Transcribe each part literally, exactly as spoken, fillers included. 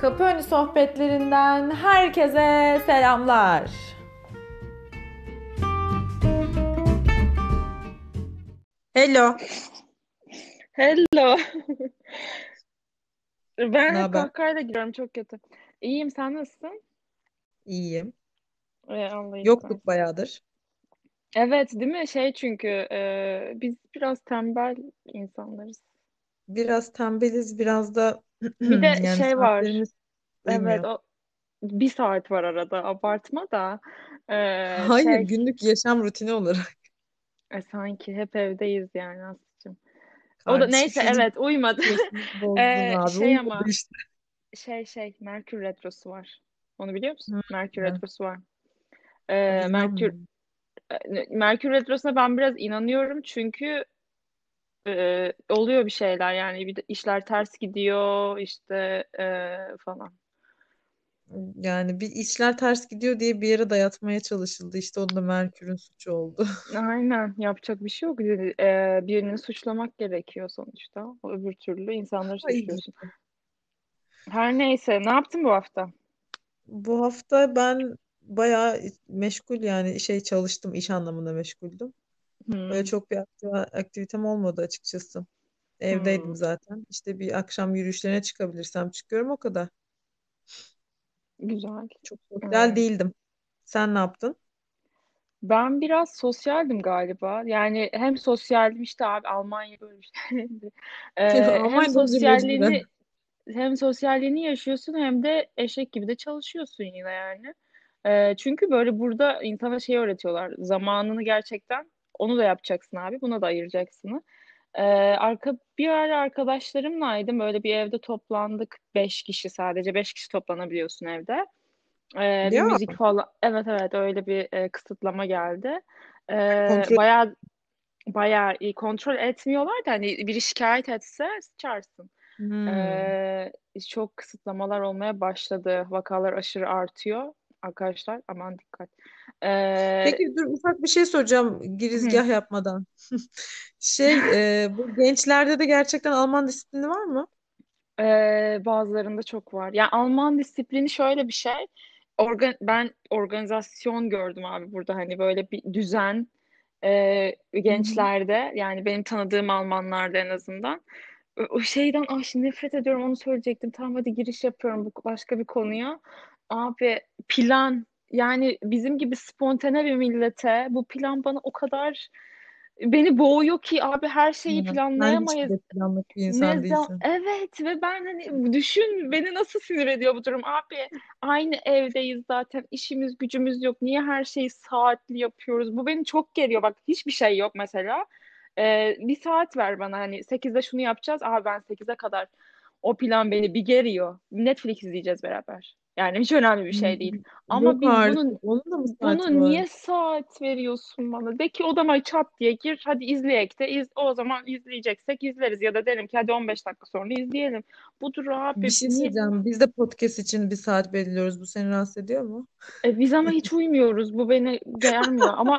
Kapı Önü Sohbetlerinden herkese selamlar. Hello. Hello. Ben Ne hep haber? kahkahayla giriyorum, çok kötü. İyiyim, sen nasılsın? İyiyim. Ee, Allah iyilik Yoktuk versin. bayağıdır. Evet, değil mi? Şey çünkü e, biz biraz tembel insanlarız. Biraz tembeliz, biraz da Bir de yani şey var. saatlerimiz Evet, uymuyor. o bir saat var arada. Abartma da. Ee, Hayır, şey günlük yaşam rutini olarak. e, sanki hep evdeyiz yani Aslı'cığım. O da Kardeşim neyse, fizik evet, uymadı. sesini bozdun Ee, abi. şey Uyumadı ama işte. şey şey Merkür Retrosu var. Onu biliyor musun? Hı, Merkür hı. Retrosu var. Ee, Bilmem Merkür mi? Merkür Retrosu'na ben biraz inanıyorum çünkü e, oluyor bir şeyler, yani bir de işler ters gidiyor işte e, falan. Yani bir işler ters gidiyor diye bir yere dayatmaya çalışıldı. İşte o da Merkür'ün suçu oldu. Aynen, yapacak bir şey yok. E, birini suçlamak gerekiyor sonuçta. O öbür türlü insanları Ay, suçluyorsun. Her neyse, ne yaptın bu hafta? bu hafta ben bayağı meşgul yani şey çalıştım, iş anlamında meşguldüm. Öyle Hmm, çok bir akti- aktivitem olmadı açıkçası. hmm, Evdeydim zaten. İşte bir akşam yürüyüşlerine çıkabilirsem çıkıyorum, o kadar. güzel. Çok sosyal Hmm. değildim. Sen ne yaptın? Ben biraz sosyaldim galiba. Yani hem sosyaldim işte abi, Almanya böyle bir şeydi. E, hem Almanya'da olunca mecburen. sosyalliğini hem sosyalliğini yaşıyorsun hem de eşek gibi de çalışıyorsun yine yani. Ee, çünkü böyle burada insana şey öğretiyorlar. Zamanını gerçekten onu da yapacaksın abi. Buna da ayıracaksın. Ee, arka bir ara arkadaşlarımlaydım. Böyle bir evde toplandık. Beş kişi, sadece beş kişi toplanabiliyorsun evde. Ee, bir Ya müzik falan. Evet, evet, öyle bir e, kısıtlama geldi. Ee, kontrol. bayağı bayağı iyi kontrol etmiyorlar da hani biri şikayet etse çağırsın. Hmm. Ee, çok kısıtlamalar olmaya başladı. Vakalar aşırı artıyor. Arkadaşlar aman dikkat. Ee, Peki dur, ufak bir şey soracağım hı, girizgah yapmadan. Şey, e, bu gençlerde de gerçekten Alman disiplini var mı? ee, bazılarında çok var. Yani Alman disiplini şöyle bir şey. Organ, ben organizasyon gördüm abi burada, hani böyle bir düzen e, Hı hı. gençlerde, yani benim tanıdığım Almanlarda en azından. O o şeyden, ah şimdi nefret ediyorum, onu söyleyecektim. Tamam, hadi giriş yapıyorum bu başka bir konuya. Abi, plan, yani bizim gibi spontane bir millete bu plan bana o kadar beni boğuyor ki abi, her şeyi Ya, sen hiç planlayamayız. bile planlık bir Ne insan zaman, değilsin. evet, ve ben hani düşün, beni nasıl sinir ediyor bu durum abi. Aynı evdeyiz zaten, işimiz gücümüz yok, niye her şeyi saatli yapıyoruz, bu beni çok geriyor. Bak, hiçbir şey yok mesela. Ee, bir saat ver bana, hani sekizde şunu yapacağız, aha ben sekize kadar, o plan beni bir geriyor. Netflix izleyeceğiz beraber, yani hiç önemli bir Hmm. şey değil. Ama Yok biz bunu artık. Onun da mı saati bunu var? niye saat veriyorsun bana? De ki odama çat diye gir. Hadi izleyek de iz, o zaman izleyeceksek izleriz. Ya da derim ki hadi on beş dakika sonra izleyelim. Budur Bir abi. şey Niye? söyleyeceğim. Biz de podcast için bir saat belirliyoruz. Bu seni rahatsız ediyor mu? E, biz ama hiç uymuyoruz. Bu beni germiyor. Ama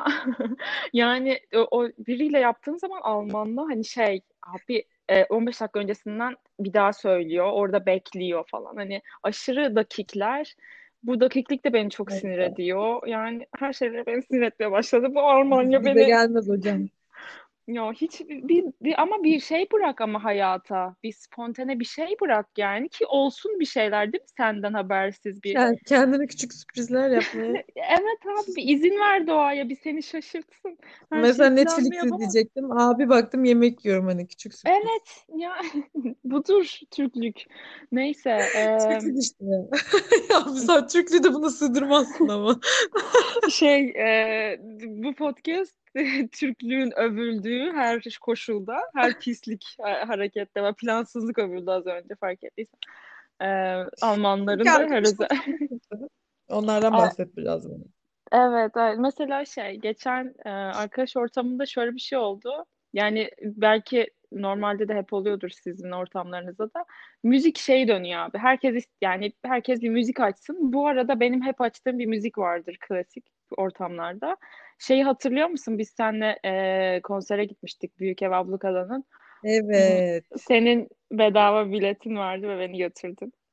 yani o, o biriyle yaptığın zaman Almanla hani şey abi, e, on beş dakika öncesinden bir daha söylüyor. Orada bekliyor falan. Hani aşırı dakikler. Bu dakiklik de beni çok sinir Allah. ediyor. Yani her şeyleri beni sinir etmeye başladı. Bu Almanya Bize beni. gelmez hocam. Ya hiç bir, bir ama bir şey bırak ama hayata. Bir spontane bir şey bırak yani, ki olsun bir şeyler, değil mi, senden habersiz bir. Kend- Kendine küçük sürprizler yapmaya. Evet abi, bir izin ver doğaya, bir seni şaşırtsın. Her Mesela şeyi Netflix planlayamam. izleyecektim. Abi baktım yemek yiyorum, hani küçük sürpriz. Evet ya, budur Türklük. Neyse, Türklük işte ya. Ya sen Türklüğü de buna sığdırmazsın ama. e, şey e, bu podcast Türklüğün övüldüğü her koşulda, her pislik ha- harekette ve plansızlık övüldü az önce, fark ettiysen. E, Almanların İki da her arkadaşım özel. tanıştı. Onlardan bahset biraz bana. Evet, evet. Mesela şey, geçen e, arkadaş ortamında şöyle bir şey oldu. Yani belki normalde de hep oluyordur sizin ortamlarınızda da. Müzik şey dönüyor abi. Herkes ist- yani herkes bir müzik açsın. Bu arada benim hep açtığım bir müzik vardır klasik ortamlarda. Şeyi hatırlıyor musun? Biz seninle e, konsere gitmiştik, Büyük Ev Ablukada'nın. Evet. Senin bedava biletin vardı ve beni götürdün.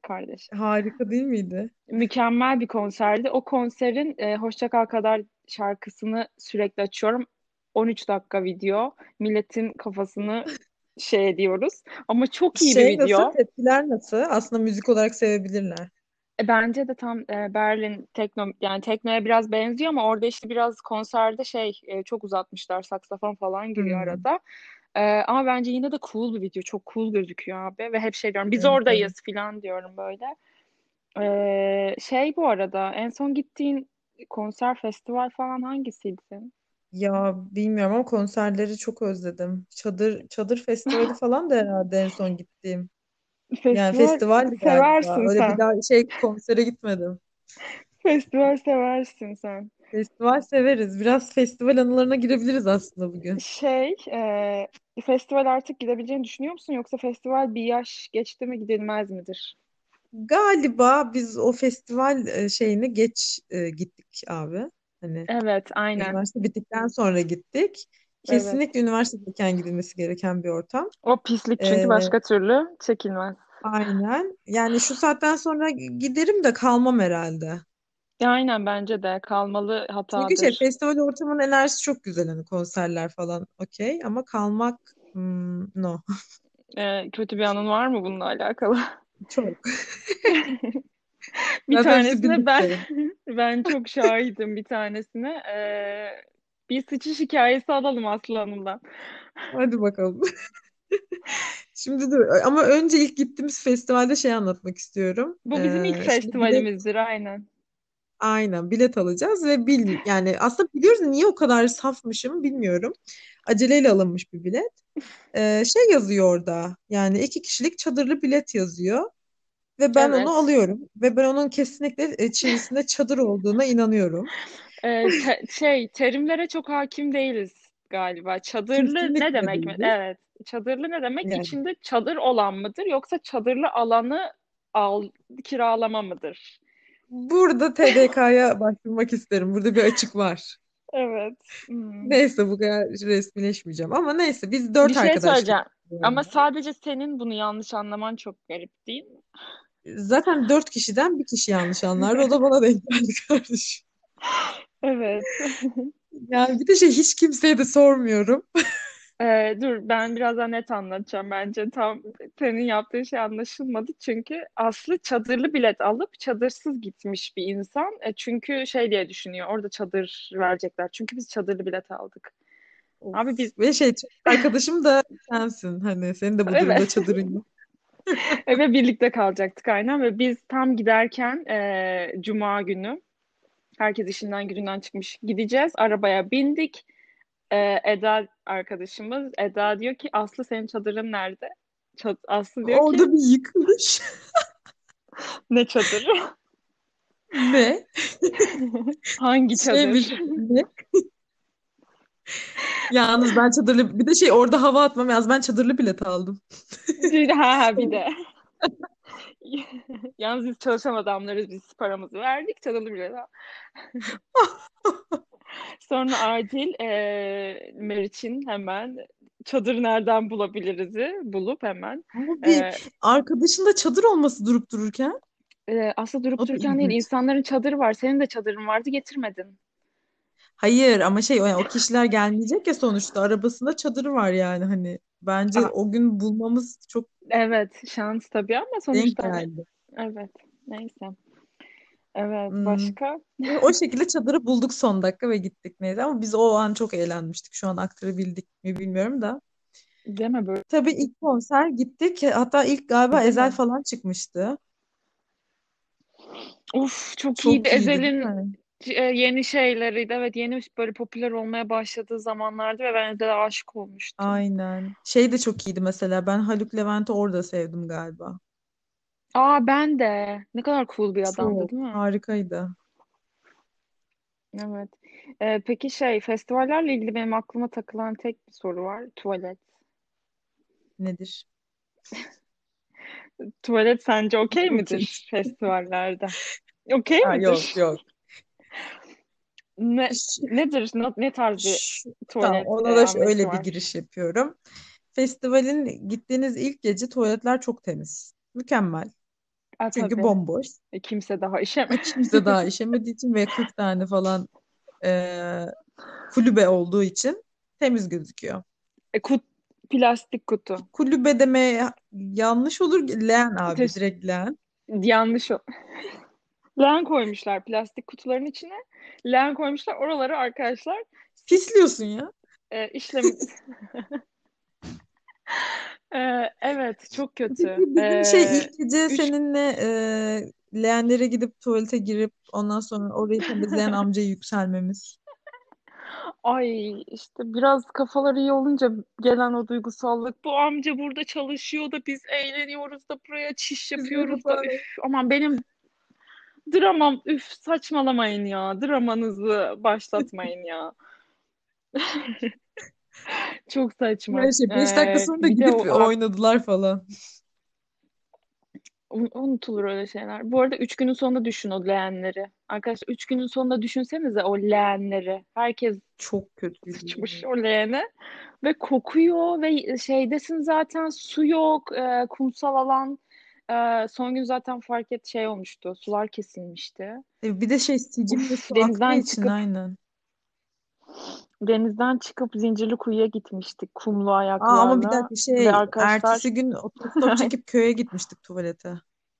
kardeşim. Harika değil miydi? Mükemmel bir konserdi. O konserin e, Hoşça Kal Kadar şarkısını sürekli açıyorum. on üç dakika video. Milletin kafasını şey ediyoruz. Ama çok iyi bir Şey nasıl? video. Tepkiler nasıl? Aslında müzik olarak sevebilirler. E, bence de tam e, Berlin tekno, yani teknoya biraz benziyor ama orada işte biraz konserde şey e, çok uzatmışlar, saksafon falan giriyor Hmm, arada. E, ama bence yine de cool bir video, çok cool gözüküyor abi ve hep şey diyorum biz evet, evet. oradayız falan diyorum böyle. E, şey bu arada en son gittiğin konser festival falan hangisiydi senin? Ya bilmiyorum ama konserleri çok özledim. Çadır Çadır Festivali falan da herhalde en son gittiğim. Yani Festival festivaldi galiba. seversin Öyle bir sen. daha şey konsere gitmedim. Festival seversin sen. Festival severiz. Biraz festival anılarına girebiliriz aslında bugün. Şey, e, festival artık gidebileceğini düşünüyor musun? Yoksa festival bir yaş geçti mi gidilmez midir? Galiba biz o festival e, şeyini geç e, gittik abi. Hani Evet, aynen. üniversite bittikten sonra gittik. Evet. Kesinlikle üniversitedeyken gidilmesi gereken bir ortam. O pislik çünkü E, başka türlü çekilmez. aynen. Yani şu saatten sonra giderim de kalmam herhalde. Aynen bence de kalmalı Çünkü şey hatadır. festival ortamının enerjisi çok güzel hani konserler falan okey ama kalmak hmm, no E, kötü bir anın var mı bununla alakalı? çok. Bir Zaten hepsi tanesine ben birlikte. ben çok şahidim bir tanesine. E, bir sıçış hikayesi alalım Aslı Hanım'dan. Hadi bakalım. Şimdi dur ama önce ilk gittiğimiz festivalde şey anlatmak istiyorum. Bu bizim ilk Ee, şimdi bilet festivalimizdir aynen. aynen bilet alacağız ve bil yani aslında biliyoruz niye o kadar safmışım bilmiyorum. Aceleyle alınmış bir bilet. Ee, şey yazıyor orada yani iki kişilik çadırlı bilet yazıyor. Ve ben onu Evet. alıyorum. Ve ben onun kesinlikle e, içerisinde çadır olduğuna inanıyorum. Ee, te- şey terimlere çok hakim değiliz galiba. Çadırlı ne Kesinlikle demek mi? değiliz. Evet. Çadırlı ne demek? Yani İçinde çadır olan mıdır yoksa çadırlı alanı al kiralama mıdır? burada T D K'ya başvurmak isterim. Burada bir açık var. Evet. Hmm. Neyse bu kadar resmileşmeyeceğim. Ama neyse biz Bir dört şey arkadaş söyleyeceğim. gittik bu Ama arada. sadece senin bunu yanlış anlaman çok garip değil mi? Zaten dört kişiden bir kişi yanlış anlardı. O da bana denk geldi kardeşim. Evet. Yani bir de şey hiç kimseye de sormuyorum. Ee, dur ben biraz daha net anlatacağım bence tam senin yaptığın şey anlaşılmadı çünkü Aslı çadırlı bilet alıp çadırsız gitmiş bir insan. E, çünkü şey diye düşünüyor orada çadır verecekler çünkü biz çadırlı bilet aldık. Of. Abi biz Ve şey çok arkadaşım da sensin. Hani senin de bu durumda evet çadırın yok. ve birlikte kalacaktık aynen ve biz tam giderken e, Cuma günü herkes işinden gücünden çıkmış gideceğiz arabaya bindik. E, Eda arkadaşımız Eda diyor ki Aslı senin çadırın nerede? Çad- Aslı diyor ki Orada bir yıkılış. ne çadırı? Ne? Hangi Şey mi? çadır? Ne? Yalnız ben çadırlı bir de şey orada hava atmam yalnız ben çadırlı bilet aldım. Bir, ha ha bir de. Yalnız biz çalışan adamlarız. Biz paramızı verdik. Çadırlı bile daha. Sonra acil e, Meriç'in hemen çadır nereden bulabiliriz'i bulup hemen Ama bir e, arkadaşında çadır olması durup dururken e, aslında durup o da dururken değil ilginç. insanların çadırı var. Senin de çadırın vardı getirmedin. Hayır ama şey o, yani o kişiler gelmeyecek ya sonuçta arabasında çadırı var yani hani bence Aa, o gün bulmamız çok evet şans tabii ama denk sonuçta hani geldi. evet neyse. Evet Hmm. başka? O şekilde çadırı bulduk son dakika ve gittik neyse ama biz o an çok eğlenmiştik. Şu an aktarabildik mi bilmiyorum da. Deme böyle. Tabii ilk konser gittik. Hatta ilk galiba Ezel Deme. falan çıkmıştı. Uf çok iyiydi. Çok iyiydi değil Ezel'in mi? e, yeni şeyleriydi. Evet yeni böyle popüler olmaya başladığı zamanlardı ve ben Ezel'e aşık olmuştum. Aynen. Şey de çok iyiydi mesela. Ben Haluk Levent'i orada sevdim galiba. Aa ben de. Ne kadar cool bir adamdı Çok değil mi? harikaydı. Evet. Ee, peki şey festivallerle ilgili benim aklıma takılan tek bir soru var. Tuvalet. Nedir? Tuvalet sence okey Okey. midir festivallerde? Okey Ha, yok midir? yok. Ne Ş- nedir? Ne, ne tarz bir ş- tamam tuvalet ona e, da anlayışı şöyle bir var? giriş yapıyorum. Festivalin gittiğiniz ilk gece tuvaletler çok temiz. Mükemmel. A, Çünkü tabii. bomboş. E, kimse daha işeme. Kimse daha işemediği için ve kırk tane falan e, kulübe olduğu için temiz gözüküyor. E, kut, plastik kutu. Kulübe deme yanlış olur. Leğen abi, Teş- direkt leğen. yanlış o. Leğen koymuşlar plastik kutuların içine. Leğen koymuşlar. Oraları arkadaşlar Pisliyorsun ya. e, işlem E, evet, çok Peki kötü. bizim şey E, ilk gece üç seninle e, leğenlere gidip tuvalete girip ondan sonra orayı temizleyen amcayı yükselmemiz. Ay işte biraz kafaları iyi olunca gelen o duygusallık. Bu amca burada çalışıyor da biz eğleniyoruz da buraya çiş Çiziyoruz yapıyoruz da üf, abi. aman benim dramam, üf, saçmalamayın ya. Dramanızı başlatmayın ya. Çok saçma. Her şey beş dakika Ee, sonra da bir de gidip o ak- oynadılar falan. un- unutulur öyle şeyler. Bu arada üç günün sonunda düşün o leğenleri. Arkadaşlar üç günün sonunda düşünsenize o leğenleri. Herkes Çok kötüydü sıçmış ya. o leğene ve kokuyor ve şeydesin zaten su yok, e, kumsal alan. E, son gün zaten fark et şey olmuştu. Sular kesilmişti. E, bir de şey sicimle Uf, su aktığı denizden için çıkıp aynen. denizden çıkıp Zincirlikuyu'ya gitmiştik kumlu Aa, ama bir ayaklarla dakika ve şey arkadaşlar ertesi gün otostop çekip köye gitmiştik tuvalete.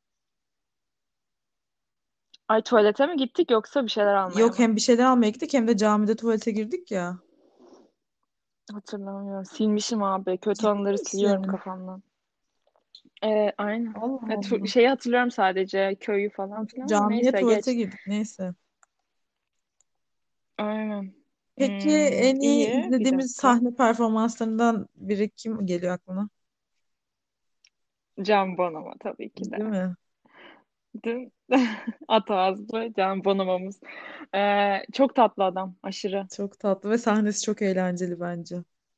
ay tuvalete mi gittik yoksa bir şeyler almaya Yok, mı? hem bir şeyler almaya gittik hem de camide tuvalete girdik ya. Hatırlamıyorum. Silmişim abi. Kötü Ciddi anıları siliyorum misin? kafamdan. Ee, aynen. Allah Ya, tu- Allah. şeyi hatırlıyorum sadece. Köyü falan filan ama Camiye neyse tuvalete geç. girdik neyse. Aynen. Peki Hmm, en iyi iyi. Bir izlediğimiz dakika. sahne performanslarından biri kim geliyor aklına? Can Bonomo tabii ki de. Değil mi? Dün at ağızlı Can Bonomo'muz. Ee, çok tatlı adam. Aşırı. Çok tatlı ve sahnesi çok eğlenceli bence.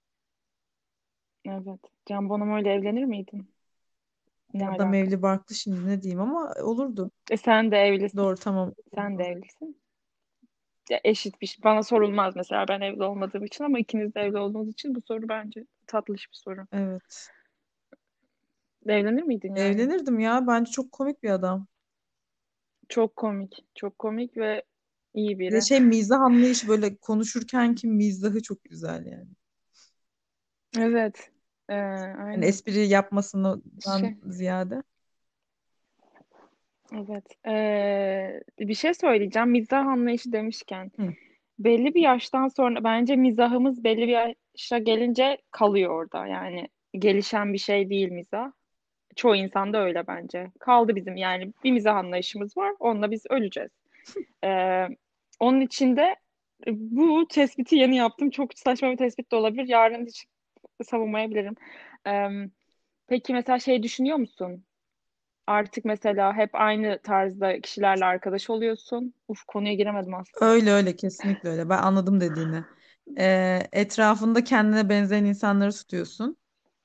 Evet. Can Bonomo ile evlenir miydin? Ne Adam alaka? evli barklı şimdi, ne diyeyim, ama olurdu. E sen de evlisin. Doğru, tamam. Sen de evlisin. Ya eşit bir şey. Bana sorulmaz mesela ben evli olmadığım için ama ikiniz de evli olduğunuz için bu soru bence tatlış bir soru. Evet. Evlenir miydin yani? Evlenirdim ya. Bence çok komik bir adam. Çok komik. Çok komik ve iyi Bir de biri. şey mizah anlayışı, böyle konuşurken ki mizahı çok güzel yani. Evet. Ee, Yani aynen. espri yapmasından Şey, ziyade. evet. Ee, bir şey söyleyeceğim. Mizah anlayışı demişken. Hı. Belli bir yaştan sonra bence mizahımız belli bir yaşa gelince kalıyor orada. Yani gelişen bir şey değil mizah. Çoğu insanda öyle bence. Kaldı bizim yani bir mizah anlayışımız var. Onunla biz öleceğiz. Ee, onun için de e, bu tespiti yeni yaptım. Çok saçma bir tespit de olabilir. Yarın hiç savunmayabilirim. Ee, peki mesela şey düşünüyor musun? Artık mesela hep aynı tarzda kişilerle arkadaş oluyorsun. Uf konuya giremedim asla. Öyle öyle, kesinlikle öyle. Ben anladım dediğini. Ee, etrafında kendine benzeyen insanları tutuyorsun.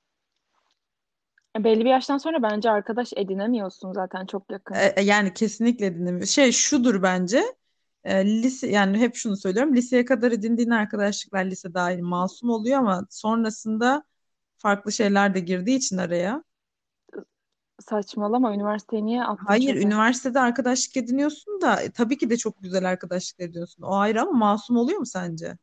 E, Belli bir yaştan sonra bence arkadaş edinemiyorsun zaten çok yakın. E, e, yani kesinlikle dinlemiyor. Şey şudur bence. E, lise, yani hep şunu söylüyorum. Liseye kadar edindiğin arkadaşlıklar lise dahil masum oluyor ama sonrasında farklı şeyler de girdiği için araya. Saçmalama üniversiteyi niye attın Hayır, çöpe? üniversitede arkadaşlık ediniyorsun da e, tabii ki de çok güzel arkadaşlık ediyorsun. O ayrı ama masum oluyor mu sence?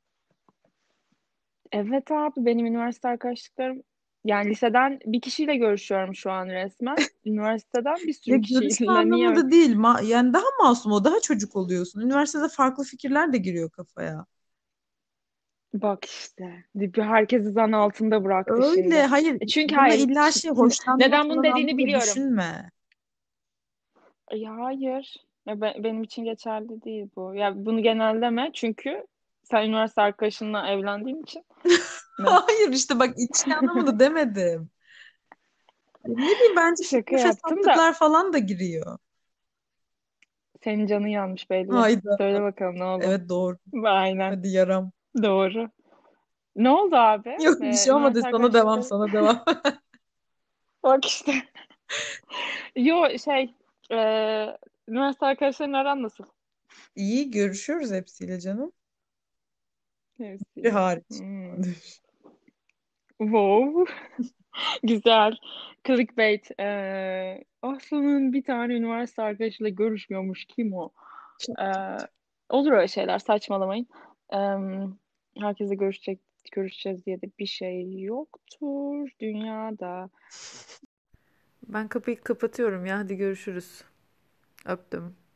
Evet abi benim üniversite arkadaşlıklarım yani liseden bir kişiyle görüşüyorum şu an resmen. Üniversiteden bir Ya sürü görüşme kişiyle niye? anlamında değil. Ma yani daha masum, o daha çocuk oluyorsun. Üniversitede farklı fikirler de giriyor kafaya. Bak işte. Bir herkesi zan altında bıraktı Öyle, şimdi. hayır, E çünkü bunu hayır. illa şey Şimdi hoşlanma neden bunu falan dediğini anlamda biliyorum. düşünme. Ya hayır. Ya be- benim için geçerli değil bu. Ya bunu genelleme çünkü sen üniversite arkadaşınla evlendiğin için net. Hayır, işte bak, içki anlamında demedim. E, Ne bileyim, bence Şaka fikri yaptım da fesatlıklar falan da giriyor. senin canın yanmış belli. Hayda. Söyle bakalım ne oldu? Evet, doğru. Aynen. Hadi yaram. Doğru. Ne oldu abi? Yok, bir Ee, şey olmadı, üniversite sana devam, arkadaşlıkları. sana devam. Bak işte. Yo şey. E, üniversite arkadaşların aran nasıl? İyi, görüşüyoruz hepsiyle canım. Bir Hepsiyle. hariç. Hmm. Wow. Güzel. Clickbait. Ee, Aslı'nın bir tane üniversite arkadaşıyla görüşmüyormuş. Kim o? Ee, Olur öyle şeyler. Saçmalamayın. Ee, Herkesle görüşecek, görüşeceğiz diye de bir şey yoktur dünyada. Ben kapıyı kapatıyorum ya. Hadi görüşürüz. Öptüm.